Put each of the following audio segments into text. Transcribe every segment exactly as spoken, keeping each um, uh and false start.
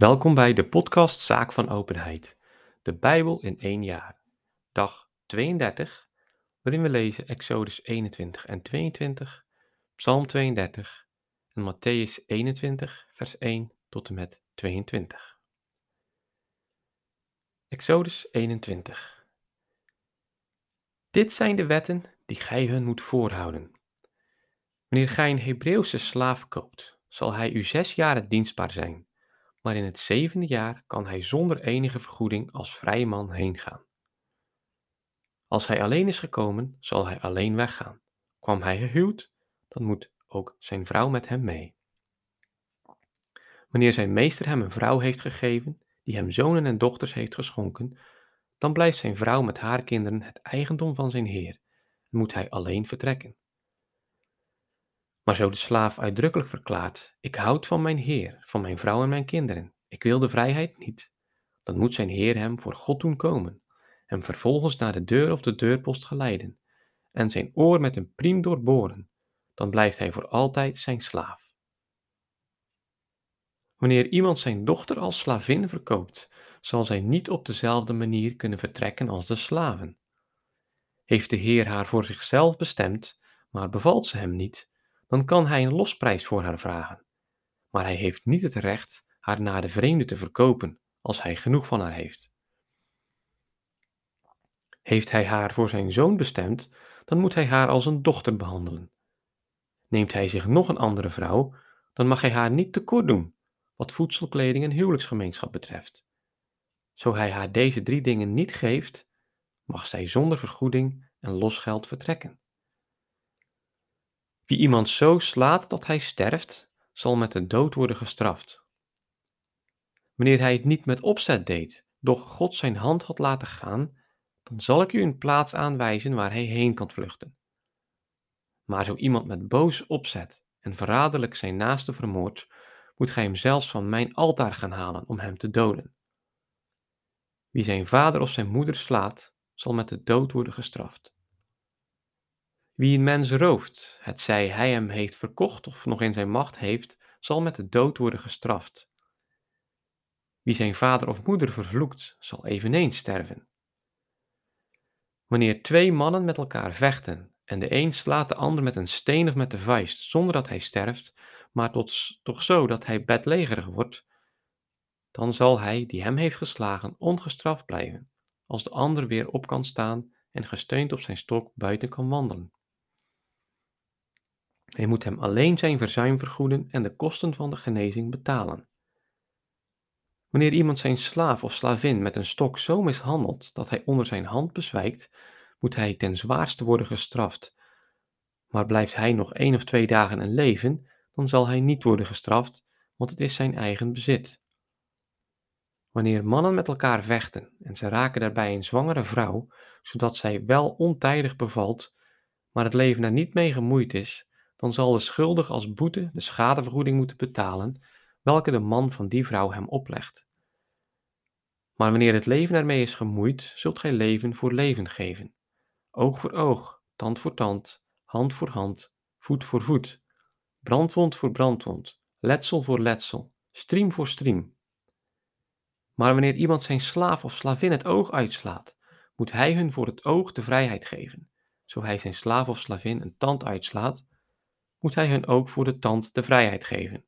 Welkom bij de podcast Zaak van Openheid, de Bijbel in één jaar, dag tweeëndertig, waarin we lezen Exodus eenentwintig en tweeëntwintig, Psalm tweeëndertig en Matthäus eenentwintig, vers één tot en met tweeëntwintig. Exodus eenentwintig. Dit zijn de wetten die gij hun moet voorhouden. Wanneer gij een Hebreeuwse slaaf koopt, zal hij u zes jaren dienstbaar zijn. Maar in het zevende jaar kan hij zonder enige vergoeding als vrije man heengaan. Als hij alleen is gekomen, zal hij alleen weggaan. Kwam hij gehuwd, dan moet ook zijn vrouw met hem mee. Wanneer zijn meester hem een vrouw heeft gegeven, die hem zonen en dochters heeft geschonken, dan blijft zijn vrouw met haar kinderen het eigendom van zijn heer en moet hij alleen vertrekken. Maar zo de slaaf uitdrukkelijk verklaart: ik houd van mijn heer, van mijn vrouw en mijn kinderen, ik wil de vrijheid niet, dan moet zijn heer hem voor God doen komen, hem vervolgens naar de deur of de deurpost geleiden en zijn oor met een priem doorboren, dan blijft hij voor altijd zijn slaaf. Wanneer iemand zijn dochter als slavin verkoopt, zal zij niet op dezelfde manier kunnen vertrekken als de slaven. Heeft de heer haar voor zichzelf bestemd, maar bevalt ze hem niet, dan kan hij een losprijs voor haar vragen. Maar hij heeft niet het recht haar naar de vreemde te verkopen, als hij genoeg van haar heeft. Heeft hij haar voor zijn zoon bestemd, dan moet hij haar als een dochter behandelen. Neemt hij zich nog een andere vrouw, dan mag hij haar niet tekort doen, wat voedsel, kleding en huwelijksgemeenschap betreft. Zo hij haar deze drie dingen niet geeft, mag zij zonder vergoeding en losgeld vertrekken. Wie iemand zo slaat dat hij sterft, zal met de dood worden gestraft. Wanneer hij het niet met opzet deed, doch God zijn hand had laten gaan, dan zal ik u een plaats aanwijzen waar hij heen kan vluchten. Maar zo iemand met boos opzet en verraderlijk zijn naaste vermoordt, moet gij hem zelfs van mijn altaar gaan halen om hem te doden. Wie zijn vader of zijn moeder slaat, zal met de dood worden gestraft. Wie een mens rooft, hetzij hij hem heeft verkocht of nog in zijn macht heeft, zal met de dood worden gestraft. Wie zijn vader of moeder vervloekt, zal eveneens sterven. Wanneer twee mannen met elkaar vechten en de een slaat de ander met een steen of met de vuist, zonder dat hij sterft, maar tot, toch zo dat hij bedlegerig wordt, dan zal hij die hem heeft geslagen ongestraft blijven, als de ander weer op kan staan en gesteund op zijn stok buiten kan wandelen. Hij moet hem alleen zijn verzuim vergoeden en de kosten van de genezing betalen. Wanneer iemand zijn slaaf of slavin met een stok zo mishandelt dat hij onder zijn hand bezwijkt, moet hij ten zwaarste worden gestraft. Maar blijft hij nog één of twee dagen in leven, dan zal hij niet worden gestraft, want het is zijn eigen bezit. Wanneer mannen met elkaar vechten en ze raken daarbij een zwangere vrouw, zodat zij wel ontijdig bevalt, maar het leven er niet mee gemoeid is, dan zal de schuldige als boete de schadevergoeding moeten betalen, welke de man van die vrouw hem oplegt. Maar wanneer het leven ermee is gemoeid, zult gij leven voor leven geven. Oog voor oog, tand voor tand, hand voor hand, voet voor voet, brandwond voor brandwond, letsel voor letsel, striem voor striem. Maar wanneer iemand zijn slaaf of slavin het oog uitslaat, moet hij hun voor het oog de vrijheid geven. Zo hij zijn slaaf of slavin een tand uitslaat, moet hij hun ook voor de tand de vrijheid geven.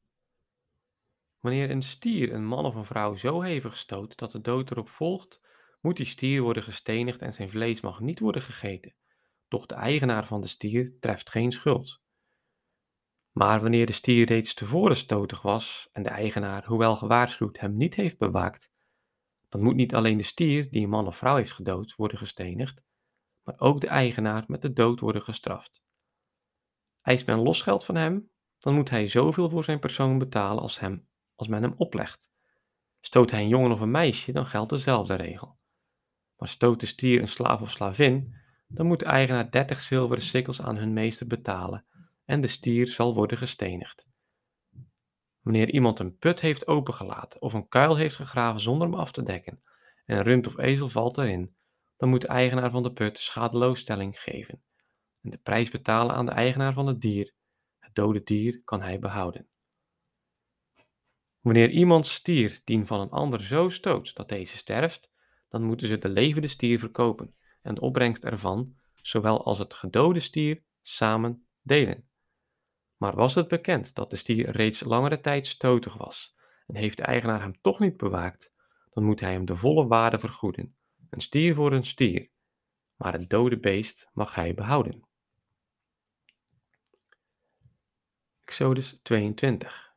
Wanneer een stier een man of een vrouw zo hevig stoot dat de dood erop volgt, moet die stier worden gestenigd en zijn vlees mag niet worden gegeten. Doch de eigenaar van de stier treft geen schuld. Maar wanneer de stier reeds tevoren stotig was en de eigenaar, hoewel gewaarschuwd, hem niet heeft bewaakt, dan moet niet alleen de stier die een man of vrouw heeft gedood worden gestenigd, maar ook de eigenaar met de dood worden gestraft. Eist men losgeld van hem, dan moet hij zoveel voor zijn persoon betalen als, hem, als men hem oplegt. Stoot hij een jongen of een meisje, dan geldt dezelfde regel. Maar stoot de stier een slaaf of slavin, dan moet de eigenaar dertig zilveren sikkels aan hun meester betalen en de stier zal worden gestenigd. Wanneer iemand een put heeft opengelaten of een kuil heeft gegraven zonder hem af te dekken en een rund of ezel valt erin, dan moet de eigenaar van de put schadeloosstelling geven en de prijs betalen aan de eigenaar van het dier. Het dode dier kan hij behouden. Wanneer iemands stier die van een ander zo stoot dat deze sterft, dan moeten ze de levende stier verkopen en de opbrengst ervan, zowel als het gedode stier, samen delen. Maar was het bekend dat de stier reeds langere tijd stotig was en heeft de eigenaar hem toch niet bewaakt, dan moet hij hem de volle waarde vergoeden. Een stier voor een stier, maar het dode beest mag hij behouden. Exodus tweeëntwintig.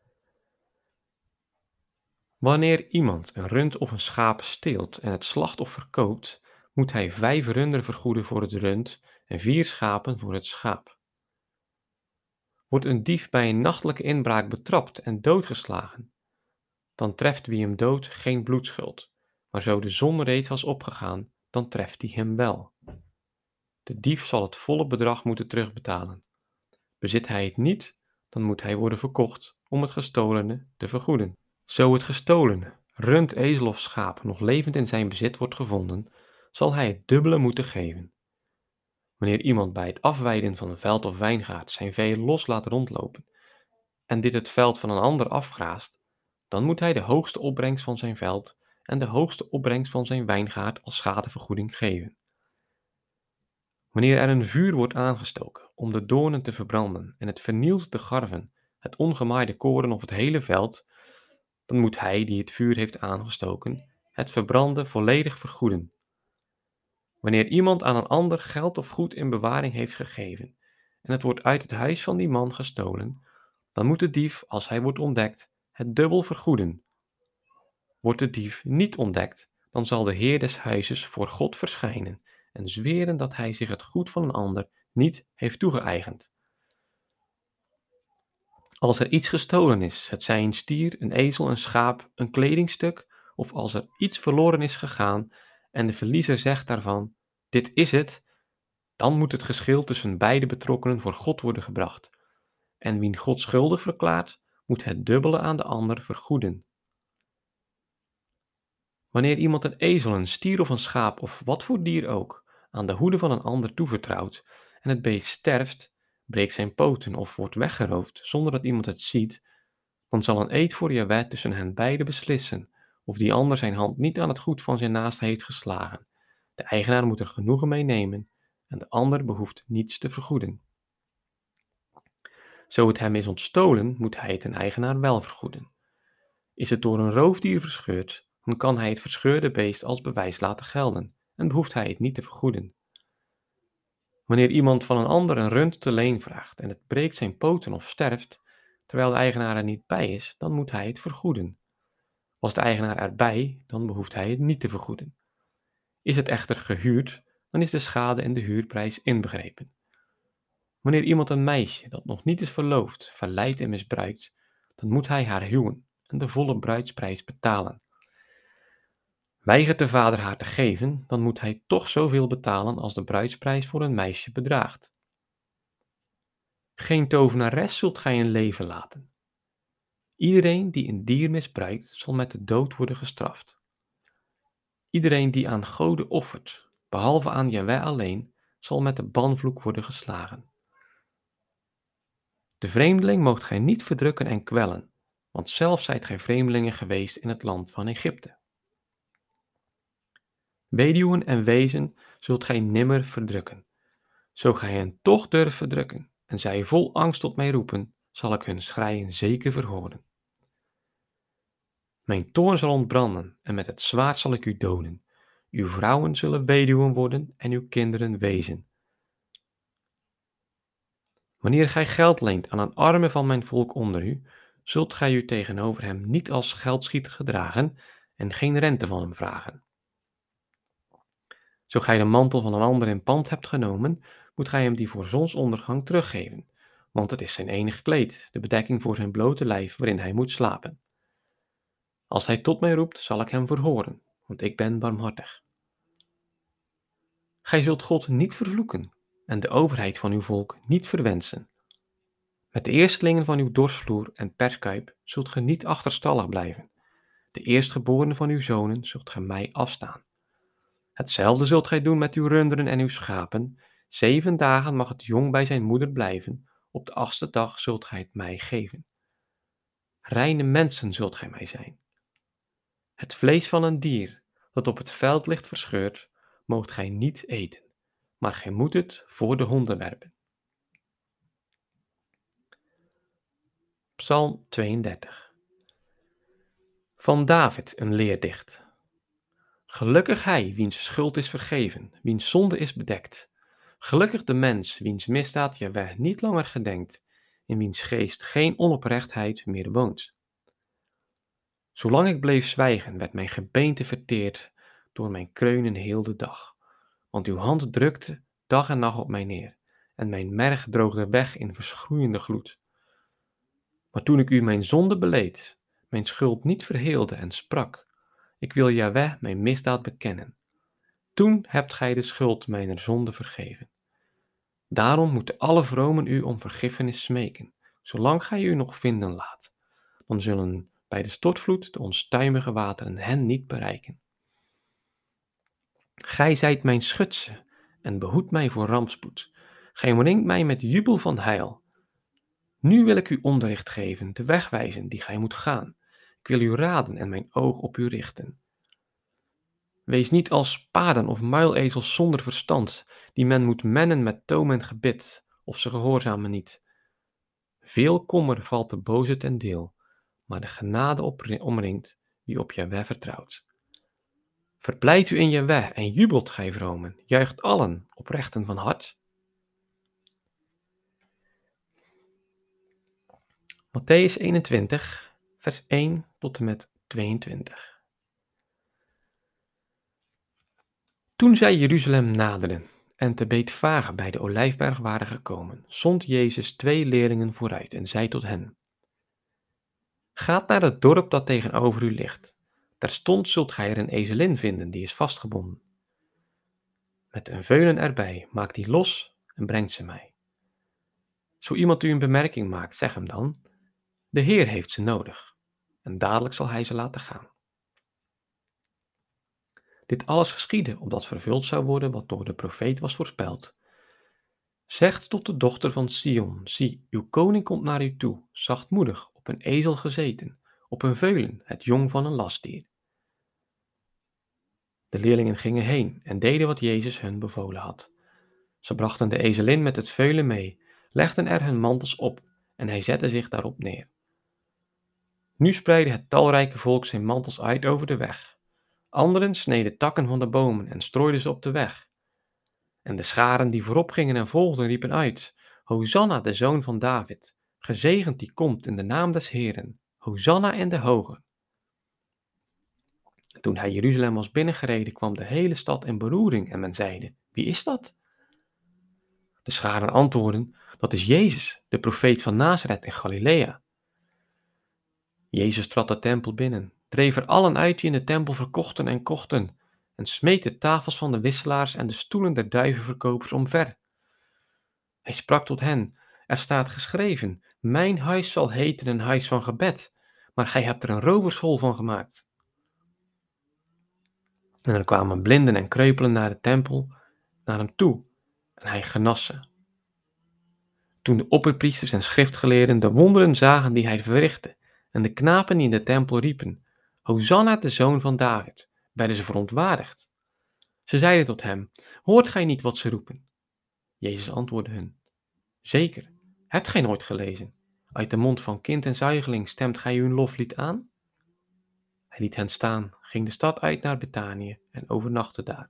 Wanneer iemand een rund of een schaap steelt en het slachtoffer koopt, moet hij vijf runderen vergoeden voor het rund en vier schapen voor het schaap. Wordt een dief bij een nachtelijke inbraak betrapt en doodgeslagen, dan treft wie hem doodt geen bloedschuld, maar zo de zon reeds was opgegaan, dan treft die hem wel. De dief zal het volle bedrag moeten terugbetalen. Bezit hij het niet, dan moet hij worden verkocht om het gestolene te vergoeden. Zo het gestolene, rund, ezel of schaap nog levend in zijn bezit wordt gevonden, zal hij het dubbele moeten geven. Wanneer iemand bij het afweiden van een veld of wijngaard zijn vee los laat rondlopen en dit het veld van een ander afgraast, dan moet hij de hoogste opbrengst van zijn veld en de hoogste opbrengst van zijn wijngaard als schadevergoeding geven. Wanneer er een vuur wordt aangestoken om de doornen te verbranden en het vernielt de garven, het ongemaaide koren of het hele veld, dan moet hij die het vuur heeft aangestoken het verbranden volledig vergoeden. Wanneer iemand aan een ander geld of goed in bewaring heeft gegeven en het wordt uit het huis van die man gestolen, dan moet de dief, als hij wordt ontdekt, het dubbel vergoeden. Wordt de dief niet ontdekt, dan zal de heer des huizes voor God verschijnen en zweren dat hij zich het goed van een ander niet heeft toegeëigend. Als er iets gestolen is, het zij een stier, een ezel, een schaap, een kledingstuk, of als er iets verloren is gegaan en de verliezer zegt daarvan, dit is het, dan moet het geschil tussen beide betrokkenen voor God worden gebracht. En wie God schuldig verklaart, moet het dubbele aan de ander vergoeden. Wanneer iemand een ezel, een stier of een schaap of wat voor dier ook aan de hoede van een ander toevertrouwt en het beest sterft, breekt zijn poten of wordt weggeroofd zonder dat iemand het ziet, dan zal een eed voor Jahweh tussen hen beiden beslissen of die ander zijn hand niet aan het goed van zijn naaste heeft geslagen. De eigenaar moet er genoegen mee nemen en de ander behoeft niets te vergoeden. Zo het hem is ontstolen, moet hij het een eigenaar wel vergoeden. Is het door een roofdier verscheurd, dan kan hij het verscheurde beest als bewijs laten gelden en behoeft hij het niet te vergoeden. Wanneer iemand van een ander een rund te leen vraagt en het breekt zijn poten of sterft, terwijl de eigenaar er niet bij is, dan moet hij het vergoeden. Was de eigenaar erbij, dan behoeft hij het niet te vergoeden. Is het echter gehuurd, dan is de schade in de huurprijs inbegrepen. Wanneer iemand een meisje dat nog niet is verloofd verleidt en misbruikt, dan moet hij haar huwen en de volle bruidsprijs betalen. Weigert de vader haar te geven, dan moet hij toch zoveel betalen als de bruidsprijs voor een meisje bedraagt. Geen tovenares zult gij in leven laten. Iedereen die een dier misbruikt, zal met de dood worden gestraft. Iedereen die aan goden offert, behalve aan Jahweh alleen, zal met de banvloek worden geslagen. De vreemdeling moogt gij niet verdrukken en kwellen, want zelf zijt gij vreemdelingen geweest in het land van Egypte. Weduwen en wezen zult gij nimmer verdrukken. Zo gij hen toch durft verdrukken en zij vol angst tot mij roepen, zal ik hun schreien zeker verhoren. Mijn toorn zal ontbranden en met het zwaard zal ik u doden. Uw vrouwen zullen weduwen worden en uw kinderen wezen. Wanneer gij geld leent aan een arme van mijn volk onder u, zult gij u tegenover hem niet als geldschieter gedragen en geen rente van hem vragen. Zo gij de mantel van een ander in pand hebt genomen, moet gij hem die voor zonsondergang teruggeven, want het is zijn enig kleed, de bedekking voor zijn blote lijf waarin hij moet slapen. Als hij tot mij roept, zal ik hem verhoren, want ik ben barmhartig. Gij zult God niet vervloeken en de overheid van uw volk niet verwensen. Met de eerstelingen van uw dorsvloer en perskuip zult ge niet achterstallig blijven. De eerstgeborene van uw zonen zult gij mij afstaan. Hetzelfde zult gij doen met uw runderen en uw schapen. Zeven dagen mag het jong bij zijn moeder blijven. Op de achtste dag zult gij het mij geven. Reine mensen zult gij mij zijn. Het vlees van een dier dat op het veld ligt verscheurd, moogt gij niet eten, maar gij moet het voor de honden werpen. Psalm tweeëndertig. Van David een leerdicht. Gelukkig hij, wiens schuld is vergeven, wiens zonde is bedekt. Gelukkig de mens, wiens misdaad Jahweh niet langer gedenkt, in wiens geest geen onoprechtheid meer woont. Zolang ik bleef zwijgen, werd mijn gebeente verteerd door mijn kreunen heel de dag. Want uw hand drukte dag en nacht op mij neer, en mijn merg droogde weg in verschroeiende gloed. Maar toen ik u mijn zonde beleed, mijn schuld niet verheelde en sprak, ik wil Jahweh mijn misdaad bekennen. Toen hebt gij de schuld mijner zonde vergeven. Daarom moeten alle vromen u om vergiffenis smeken, zolang gij u nog vinden laat. Dan zullen bij de stortvloed de onstuimige wateren hen niet bereiken. Gij zijt mijn schutse en behoedt mij voor rampspoed. Gij omringt mij met jubel van heil. Nu wil ik u onderricht geven, de weg wijzen die gij moet gaan. Ik wil u raden en mijn oog op u richten. Wees niet als paarden of muilezels zonder verstand, die men moet mennen met toom en gebit, of ze gehoorzamen niet. Veel kommer valt de boze ten deel, maar de genade omringt wie op Jahweh vertrouwt. Verpleit u in Jahweh en jubelt, gij vromen, juicht allen, oprechten van hart. Mattheüs eenentwintig, vers één tot en met tweeëntwintig. Toen zij Jeruzalem naderden en te Beetfage bij de Olijfberg waren gekomen, zond Jezus twee leerlingen vooruit en zei tot hen: Gaat naar het dorp dat tegenover u ligt. Terstond zult gij er een ezelin vinden, die is vastgebonden. Met een veulen erbij, maakt die los en brengt ze mij. Zo iemand u een bemerking maakt, zeg hem dan: De Heer heeft ze nodig, en dadelijk zal hij ze laten gaan. Dit alles geschiedde, opdat vervuld zou worden wat door de profeet was voorspeld. Zegt tot de dochter van Sion: Zie, uw koning komt naar u toe, zachtmoedig, op een ezel gezeten, op een veulen, het jong van een lastdier. De leerlingen gingen heen en deden wat Jezus hun bevolen had. Ze brachten de ezelin met het veulen mee, legden er hun mantels op en hij zette zich daarop neer. Nu spreidde het talrijke volk zijn mantels uit over de weg. Anderen sneden takken van de bomen en strooiden ze op de weg. En de scharen die voorop gingen en volgden riepen uit: Hosanna, de zoon van David, gezegend die komt in de naam des Heeren, Hosanna in de hogen. Toen hij Jeruzalem was binnengereden, kwam de hele stad in beroering en men zeide: Wie is dat? De scharen antwoordden: Dat is Jezus, de profeet van Nazareth in Galilea. Jezus trad de tempel binnen, dreef er allen uit die in de tempel verkochten en kochten, en smeet de tafels van de wisselaars en de stoelen der duivenverkopers omver. Hij sprak tot hen: Er staat geschreven: Mijn huis zal heten een huis van gebed, maar gij hebt er een rovershol van gemaakt. En er kwamen blinden en kreupelen naar de tempel, naar hem toe, en hij genas ze. Toen de opperpriesters en schriftgeleerden de wonderen zagen die hij verrichtte, en de knapen die in de tempel riepen: Hosanna, de zoon van David, werden ze verontwaardigd. Ze zeiden tot hem: Hoort gij niet wat ze roepen? Jezus antwoordde hun: Zeker, hebt gij nooit gelezen? Uit de mond van kind en zuigeling stemt gij uw loflied aan? Hij liet hen staan, ging de stad uit naar Betanië en overnachtte daar.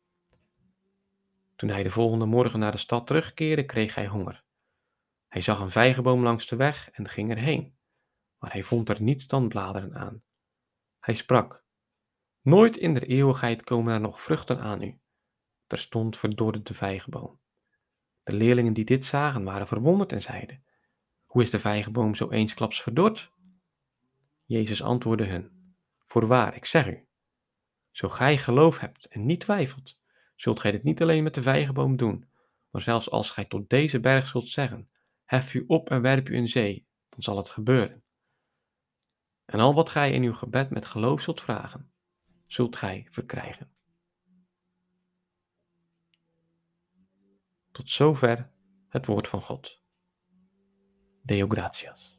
Toen hij de volgende morgen naar de stad terugkeerde, kreeg hij honger. Hij zag een vijgenboom langs de weg en ging erheen, maar hij vond er niets dan bladeren aan. Hij sprak: Nooit in der eeuwigheid komen er nog vruchten aan u. Terstond verdorde de vijgenboom. De leerlingen die dit zagen waren verwonderd en zeiden: Hoe is de vijgenboom zo eensklaps verdord? Jezus antwoordde hun: Voorwaar, ik zeg u, zo gij geloof hebt en niet twijfelt, zult gij dit niet alleen met de vijgenboom doen, maar zelfs als gij tot deze berg zult zeggen: Hef u op en werp u in zee, dan zal het gebeuren. En al wat gij in uw gebed met geloof zult vragen, zult gij verkrijgen. Tot zover het woord van God. Deo gratias.